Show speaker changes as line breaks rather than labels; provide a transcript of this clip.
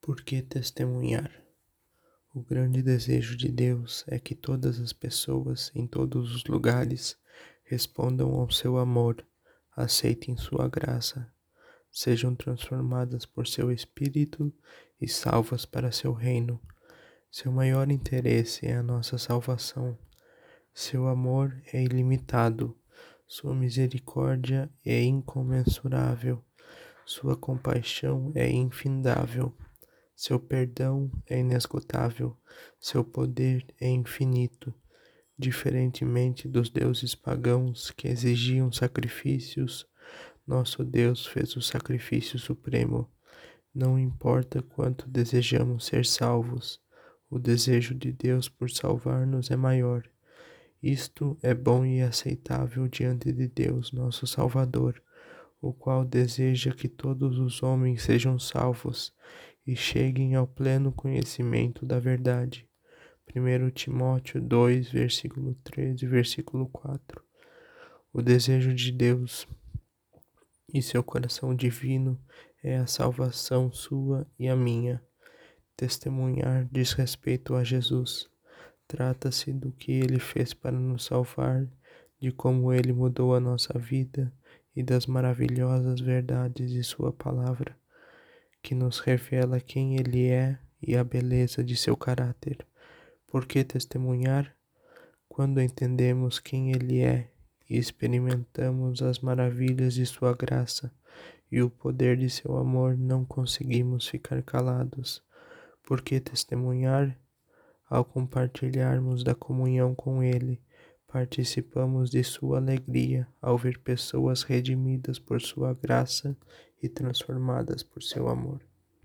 Por que testemunhar? O grande desejo de Deus é que todas as pessoas, em todos os lugares, respondam ao seu amor, aceitem sua graça, sejam transformadas por seu Espírito e salvas para seu reino. Seu maior interesse é a nossa salvação. Seu amor é ilimitado, sua misericórdia é incomensurável, sua compaixão é infindável. Seu perdão é inesgotável, seu poder é infinito. Diferentemente dos deuses pagãos que exigiam sacrifícios, nosso Deus fez o sacrifício supremo. Não importa quanto desejamos ser salvos, o desejo de Deus por salvar-nos é maior. Isto é bom e aceitável diante de Deus, nosso Salvador, o qual deseja que todos os homens sejam salvos e cheguem ao pleno conhecimento da verdade. 1 Timóteo 2, versículo 13, versículo 4. O desejo de Deus e seu coração divino é a salvação sua e a minha. Testemunhar diz respeito a Jesus. Trata-se do que ele fez para nos salvar, de como ele mudou a nossa vida e das maravilhosas verdades de sua palavra, que nos revela quem ele é e a beleza de seu caráter. Por que testemunhar? Quando entendemos quem ele é e experimentamos as maravilhas de sua graça e o poder de seu amor, não conseguimos ficar calados. Por que testemunhar? Ao compartilharmos da comunhão com ele, participamos de sua alegria ao ver pessoas redimidas por sua graça e transformadas por seu amor.